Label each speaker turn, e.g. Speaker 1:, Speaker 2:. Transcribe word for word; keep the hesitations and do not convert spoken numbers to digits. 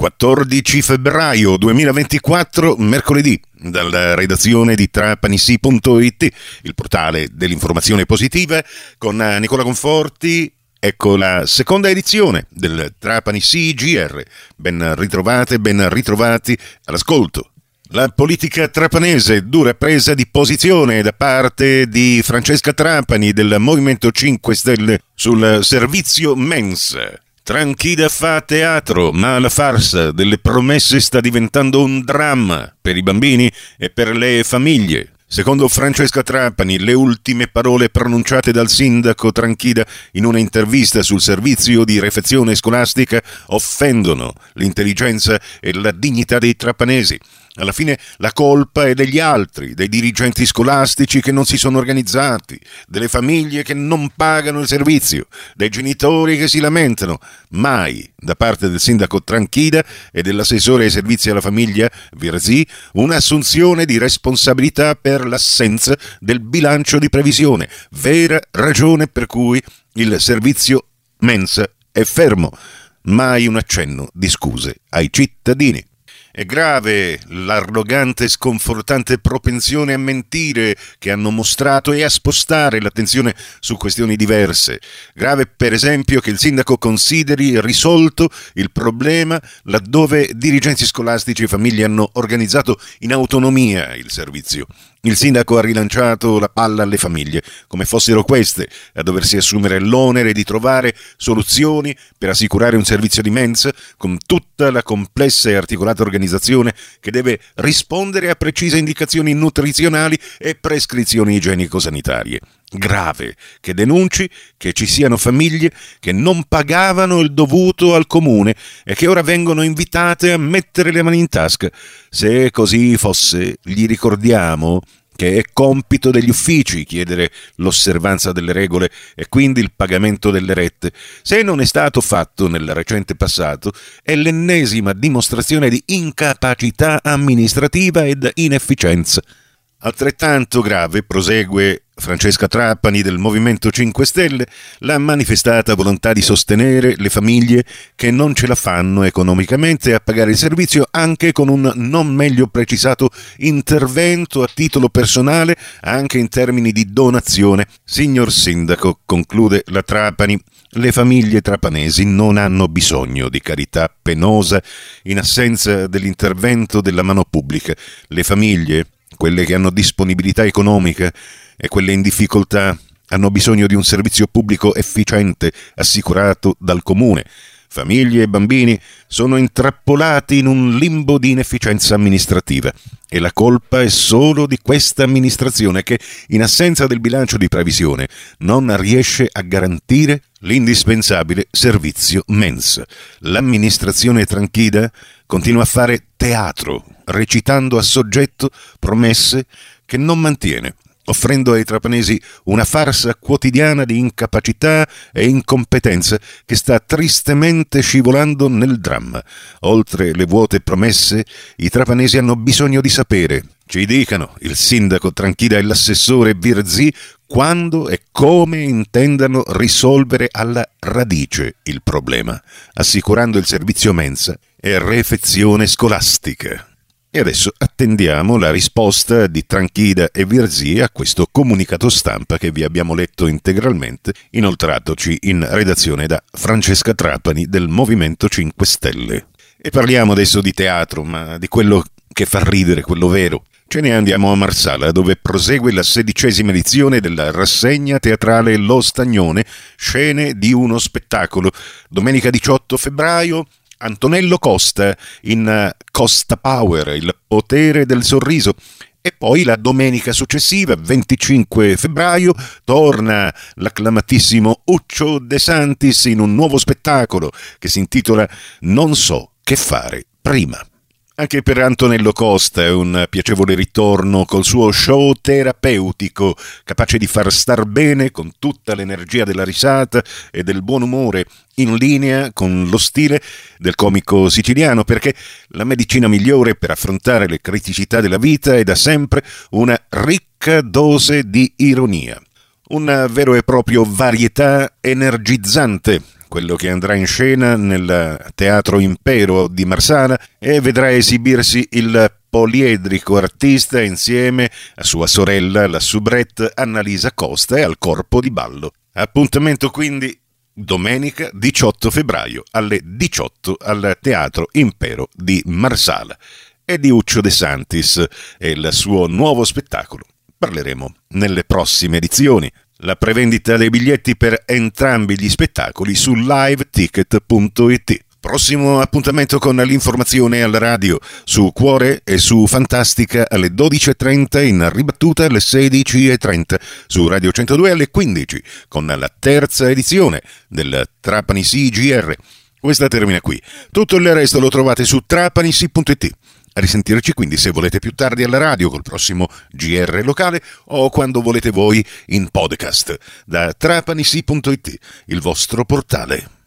Speaker 1: quattordici febbraio duemilaventiquattro, mercoledì, dalla redazione di Trapanisi punto it, il portale dell'informazione positiva, con Nicola Conforti. Ecco la seconda edizione del Trapanisi G R. Ben ritrovate, ben ritrovati all'ascolto. La politica trapanese, dura presa di posizione da parte di Francesca Trapani del Movimento cinque Stelle sul servizio mensa. Tranquilla fa teatro, ma la farsa delle promesse sta diventando un dramma per i bambini e per le famiglie. Secondo Francesca Trapani, le ultime parole pronunciate dal sindaco Tranquilla in una intervista sul servizio di refezione scolastica offendono l'intelligenza e la dignità dei trapanesi. Alla fine la colpa è degli altri, dei dirigenti scolastici che non si sono organizzati, delle famiglie che non pagano il servizio, dei genitori che si lamentano. Mai da parte del sindaco Tranquilla e dell'assessore ai servizi alla famiglia Virzì un'assunzione di responsabilità per l'assenza del bilancio di previsione, vera ragione per cui il servizio mensa è fermo. Mai un accenno di scuse ai cittadini. È grave l'arrogante e sconfortante propensione a mentire che hanno mostrato e a spostare l'attenzione su questioni diverse. Grave, per esempio, che il sindaco consideri risolto il problema laddove dirigenti scolastici e famiglie hanno organizzato in autonomia il servizio. Il sindaco ha rilanciato la palla alle famiglie, come fossero queste a doversi assumere l'onere di trovare soluzioni per assicurare un servizio di mensa con tutta la complessa e articolata organizzazione che deve rispondere a precise indicazioni nutrizionali e prescrizioni igienico-sanitarie. Grave che denunci che ci siano famiglie che non pagavano il dovuto al comune e che ora vengono invitate a mettere le mani in tasca. Se così fosse, gli ricordiamo che è compito degli uffici chiedere l'osservanza delle regole e quindi il pagamento delle rette. Se non è stato fatto nel recente passato, è l'ennesima dimostrazione di incapacità amministrativa ed inefficienza. Altrettanto grave, prosegue Francesca Trapani del Movimento cinque Stelle, la manifestata volontà di sostenere le famiglie che non ce la fanno economicamente a pagare il servizio anche con un non meglio precisato intervento a titolo personale anche in termini di donazione. Signor Sindaco, conclude la Trapani, le famiglie trapanesi non hanno bisogno di carità penosa in assenza dell'intervento della mano pubblica. Le famiglie, quelle che hanno disponibilità economica e quelle in difficoltà, hanno bisogno di un servizio pubblico efficiente assicurato dal comune. Famiglie e bambini sono intrappolati in un limbo di inefficienza amministrativa e la colpa è solo di questa amministrazione che, in assenza del bilancio di previsione, non riesce a garantire l'indispensabile servizio mensa. L'amministrazione Tranquilla continua a fare teatro, recitando a soggetto promesse che non mantiene, offrendo ai trapanesi una farsa quotidiana di incapacità e incompetenza che sta tristemente scivolando nel dramma. Oltre le vuote promesse, i trapanesi hanno bisogno di sapere, ci dicano il sindaco Tranquilla e l'assessore Virzì, quando e come intendano risolvere alla radice il problema, assicurando il servizio mensa e refezione scolastica. E adesso attendiamo la risposta di Tranquilla e Virzì a questo comunicato stampa che vi abbiamo letto integralmente, inoltratoci in redazione da Francesca Trapani del Movimento cinque Stelle. E parliamo adesso di teatro, ma di quello che fa ridere, quello vero. Ce ne andiamo a Marsala, dove prosegue la sedicesima edizione della rassegna teatrale Lo Stagnone, scene di uno spettacolo. Domenica diciotto febbraio, Antonello Costa in Costa Power, il potere del sorriso. E poi la domenica successiva, venticinque febbraio, torna l'acclamatissimo Uccio De Santis in un nuovo spettacolo che si intitola Non so che fare prima. Anche per Antonello Costa è un piacevole ritorno col suo show terapeutico, capace di far star bene con tutta l'energia della risata e del buon umore, in linea con lo stile del comico siciliano, perché la medicina migliore per affrontare le criticità della vita è da sempre una ricca dose di ironia. Un vero e proprio varietà energizzante quello che andrà in scena nel Teatro Impero di Marsala e vedrà esibirsi il poliedrico artista insieme a sua sorella, la soubrette Annalisa Costa, e al corpo di ballo. Appuntamento quindi domenica diciotto febbraio alle diciotto al Teatro Impero di Marsala. E di Uccio De Santis e il suo nuovo spettacolo parleremo nelle prossime edizioni. La prevendita dei biglietti per entrambi gli spettacoli su live ticket punto it. Prossimo appuntamento con l'informazione alla radio su Cuore e su Fantastica alle dodici e trenta, in ribattuta alle sedici e trenta su Radio centodue alle quindici con la terza edizione del Trapani Sì G R. Questa termina qui. Tutto il resto lo trovate su trapanisi punto it. A risentirci quindi se volete più tardi alla radio col prossimo G R locale o quando volete voi in podcast da trapanisi punto it, il vostro portale.